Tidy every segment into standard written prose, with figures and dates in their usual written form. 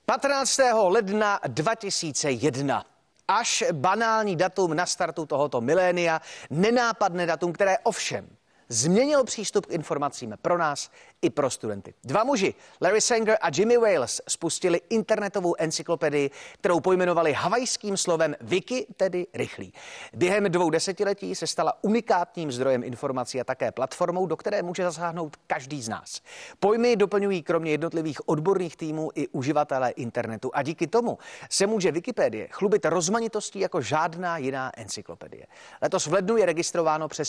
15. ledna 2001. Až banální datum na startu tohoto milénia, nenápadné datum, které ovšem změnilo přístup k informacím pro nás i pro studenty. Dva muži, Larry Sanger a Jimmy Wales, spustili internetovou encyklopedii, kterou pojmenovali havajským slovem Wiki, tedy rychlý. Během 2 desetiletí se stala unikátním zdrojem informací a také platformou, do které může zasáhnout každý z nás. Pojmy doplňují kromě jednotlivých odborných týmů i uživatelé internetu a díky tomu se může Wikipedie chlubit rozmanitostí jako žádná jiná encyklopedie. Letos v lednu je registrováno přes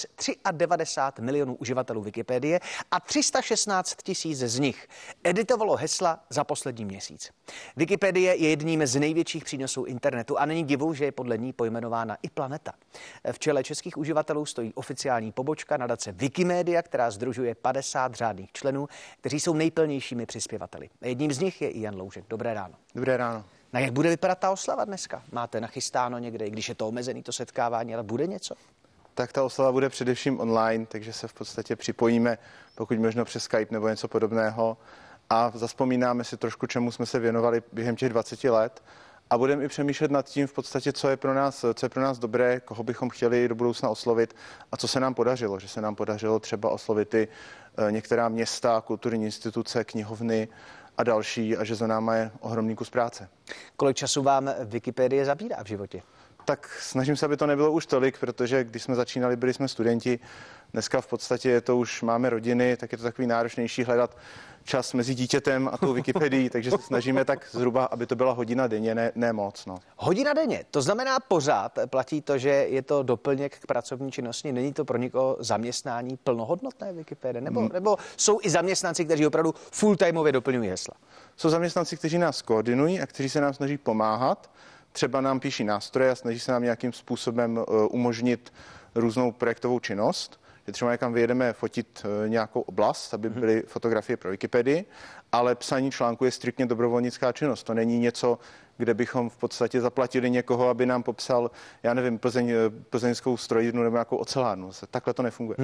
93 milionů uživatelů Wikipedie a 316 000 z nich editovalo hesla za poslední měsíc. Wikipedie je jedním z největších přínosů internetu a není divu, že je podle ní pojmenována i planeta. V čele českých uživatelů stojí oficiální pobočka nadace Wikimedia, která sdružuje 50 řádných členů, kteří jsou nejplnějšími přispěvateli. Jedním z nich je i Jan Loužek. Dobré ráno. Dobré ráno. No jak bude vypadat ta oslava dneska? Máte nachystáno někde, i když je to omezený to setkávání, ale bude něco? Tak ta oslava bude především online, takže se v podstatě připojíme, pokud možno přes Skype nebo něco podobného a zazpomínáme si trošku, čemu jsme se věnovali během těch 20 let a budeme i přemýšlet nad tím v podstatě, co je pro nás dobré, koho bychom chtěli do budoucna oslovit a co se nám podařilo, že se nám podařilo třeba oslovit i některá města, kulturní instituce, knihovny a další a že za náma je ohromný kus práce. Kolik času vám Wikipedie zabírá v životě? Tak snažím se, aby to nebylo už tolik, protože když jsme začínali, byli jsme studenti. Dneska v podstatě je to už máme rodiny, tak je to takový náročnější hledat čas mezi dítětem a tou Wikipedií, takže se snažíme tak zhruba, aby to byla hodina denně, ne moc. No. Hodina denně, to znamená pořád platí to, že je to doplněk k pracovní činnosti, není to pro někoho zaměstnání plnohodnotné Wikipedie, nebo jsou i zaměstnanci, kteří opravdu full-timeově doplňují hesla? Jsou zaměstnanci, kteří nás koordinují a kteří se nám snaží pomáhat. Třeba nám píší nástroje a snaží se nám nějakým způsobem umožnit různou projektovou činnost. Že třeba někam vyjedeme fotit nějakou oblast, aby byly fotografie pro Wikipedii, ale psaní článku je striktně dobrovolnická činnost. To není něco, kde bychom v podstatě zaplatili někoho, aby nám popsal, já nevím, plzeňskou strojírnu nebo nějakou ocelárnu. Takhle to nefunguje.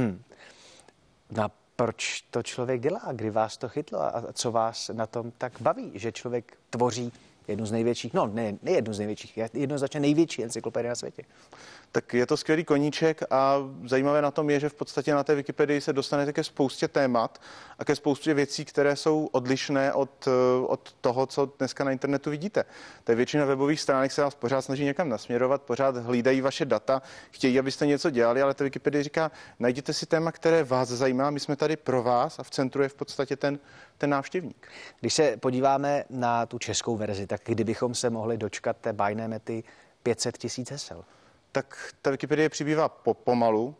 No a proč to člověk dělá? Kdy vás to chytlo? A co vás na tom tak baví, že člověk tvoří jednu z největších, ne jednu z největších, jednoznačně největší encyklopedie na světě? Tak je to skvělý koníček a zajímavé na tom je, že v podstatě na té Wikipedii se dostanete ke spoustě témat a ke spoustě věcí, které jsou odlišné od toho, co dneska na internetu vidíte. Tak většina webových stránek se vás pořád snaží někam nasměrovat, pořád hlídají vaše data, chtějí, abyste něco dělali, ale ta Wikipedie říká, najděte si téma, které vás zajímá, my jsme tady pro vás a v centru je v podstatě ten návštěvník. Když se podíváme na tu českou verzi, tak kdybychom se mohli dočkat té bájné mety 500 000 hesel? Tak ta Wikipedie přibývá pomalu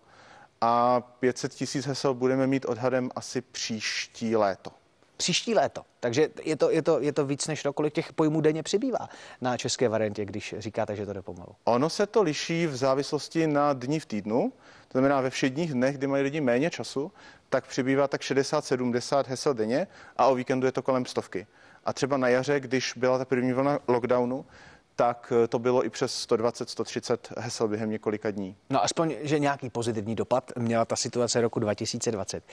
a 500 000 hesel budeme mít odhadem asi příští léto. Příští léto. Takže je to víc než rok, kolik těch pojmů denně přibývá na české variantě, když říkáte, že to jde pomalu. Ono se to liší v závislosti na dní v týdnu. To znamená, ve všedních dnech, kdy mají lidi méně času, tak přibývá tak 60-70 hesel denně a o víkendu je to kolem 100. A třeba na jaře, když byla ta první vlna lockdownu, tak to bylo i přes 120-130 hesel během několika dní. No aspoň, že nějaký pozitivní dopad měla ta situace roku 2020.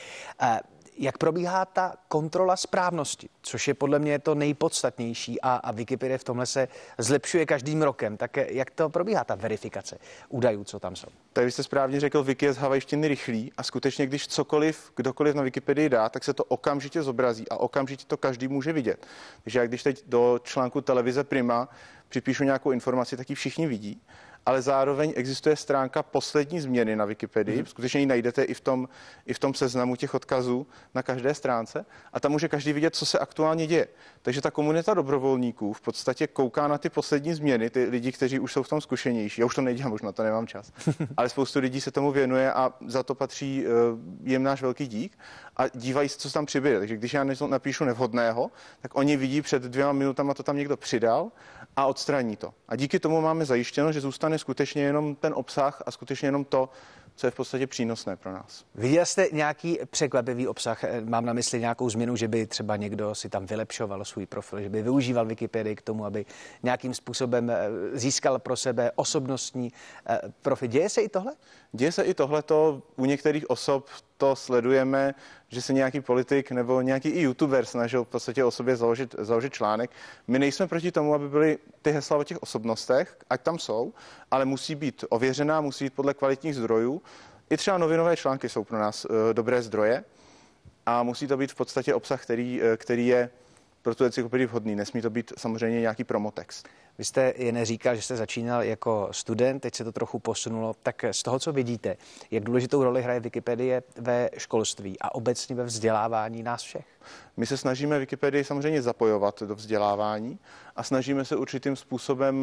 Jak probíhá ta kontrola správnosti, což je podle mě to nejpodstatnější a Wikipedie v tomhle se zlepšuje každým rokem. Tak jak to probíhá, ta verifikace údajů, co tam jsou? Tak vy jste správně řekl, Wiki je z havajštiny rychlý a skutečně, když kdokoliv na Wikipedii dá, tak se to okamžitě zobrazí a okamžitě to každý může vidět. Takže jak když teď do článku televize Prima připíšu nějakou informaci, tak ji všichni vidí. Ale zároveň existuje stránka poslední změny na Wikipedii. Skutečně ji najdete i v tom seznamu těch odkazů na každé stránce a tam může každý vidět, co se aktuálně děje. Takže ta komunita dobrovolníků v podstatě kouká na ty poslední změny, ty lidi, kteří už jsou v tom zkušenější. Já už to nedělám, možná to nemám čas. Ale spoustu lidí se tomu věnuje a za to patří jim náš velký dík a dívají se, co tam přibyde. Takže když já napíšu nevhodného, tak oni vidí před 2 minutami, to tam někdo přidal a odstraní to. A díky tomu máme zajištěno, že zůstane skutečně jenom ten obsah a skutečně jenom to, co je v podstatě přínosné pro nás. Viděl jste nějaký překvapivý obsah? Mám na mysli nějakou změnu, že by třeba někdo si tam vylepšoval svůj profil, že by využíval Wikipedii k tomu, aby nějakým způsobem získal pro sebe osobnostní profil. Děje se i tohle? Děje se i tohleto u některých osob. to sledujeme, že se nějaký politik nebo nějaký i youtuber snažil v podstatě o sobě založit článek. My nejsme proti tomu, aby byly ty hesla o těch osobnostech, ať tam jsou, ale musí být ověřená, musí být podle kvalitních zdrojů. I třeba novinové články jsou pro nás dobré zdroje a musí to být v podstatě obsah, který je pro tu encyklopedii vhodný. Nesmí to být samozřejmě nějaký promotext. Vy jste jen říkal, že jste začínal jako student, teď se to trochu posunulo. Tak z toho, co vidíte, jak důležitou roli hraje Wikipedie ve školství a obecně ve vzdělávání nás všech? My se snažíme Wikipedii samozřejmě zapojovat do vzdělávání a snažíme se určitým způsobem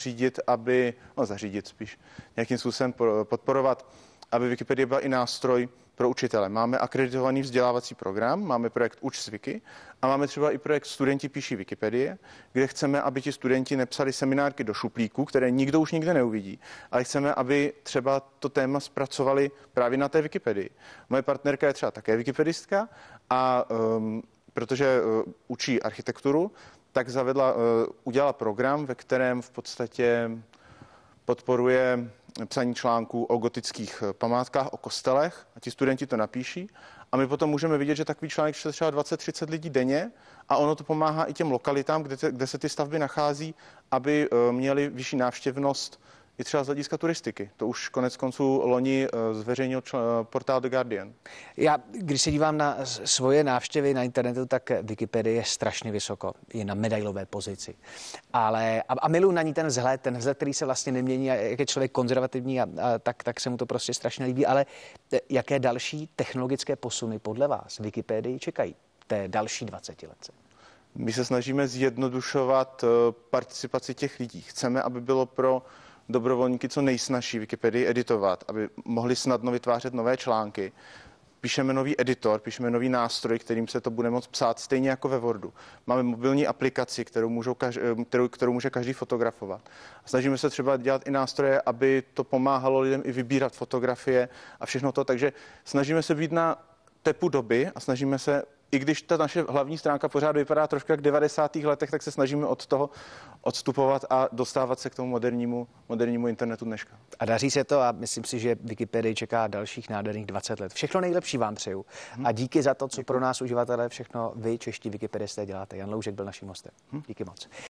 zařídit spíš, nějakým způsobem podporovat, aby Wikipedie byla i nástroj pro učitele. Máme akreditovaný vzdělávací program, máme projekt Uč s Wiki a máme třeba i projekt Studenti píší Wikipedie, kde chceme, aby ti studenti nepsali seminárky do šuplíku, které nikdo už nikde neuvidí, ale chceme, aby třeba to téma zpracovali právě na té Wikipedii. Moje partnerka je třeba také wikipedistka a protože učí architekturu, tak udělala program, ve kterém v podstatě podporuje psaní článků o gotických památkách, o kostelech a ti studenti to napíší a my potom můžeme vidět, že takový článek čte třeba 20-30 lidí denně a ono to pomáhá i těm lokalitám, kde se ty stavby nachází, aby měly vyšší návštěvnost i třeba z hlediska turistiky. To už konec konců loni zveřejnil portál The Guardian. Já, když se dívám na svoje návštěvy na internetu, tak Wikipedie je strašně vysoko, je na medailové pozici. A miluji na ní ten vzhled, který se vlastně nemění a jak je člověk konzervativní, tak se mu to prostě strašně líbí. Ale jaké další technologické posuny podle vás Wikipedii čekají té další 20 let? My se snažíme zjednodušovat participaci těch lidí. Chceme, aby bylo pro dobrovolníky co nejsnažší Wikipedii editovat, aby mohli snadno vytvářet nové články. Píšeme nový editor, píšeme nový nástroj, kterým se to bude moct psát stejně jako ve Wordu. Máme mobilní aplikaci, kterou může každý fotografovat. Snažíme se třeba dělat i nástroje, aby to pomáhalo lidem i vybírat fotografie a všechno to. Takže snažíme se být na tepu doby a snažíme se, i když ta naše hlavní stránka pořád vypadá trošku jak v 90. letech, tak se snažíme od toho odstupovat a dostávat se k tomu modernímu internetu dneška. A daří se to a myslím si, že Wikipedii čeká dalších nádherných 20 let. Všechno nejlepší vám přeju. A díky za to, co pro nás uživatelé všechno vy, čeští wikipedisté, děláte. Jan Loužek byl naším hostem. Díky moc.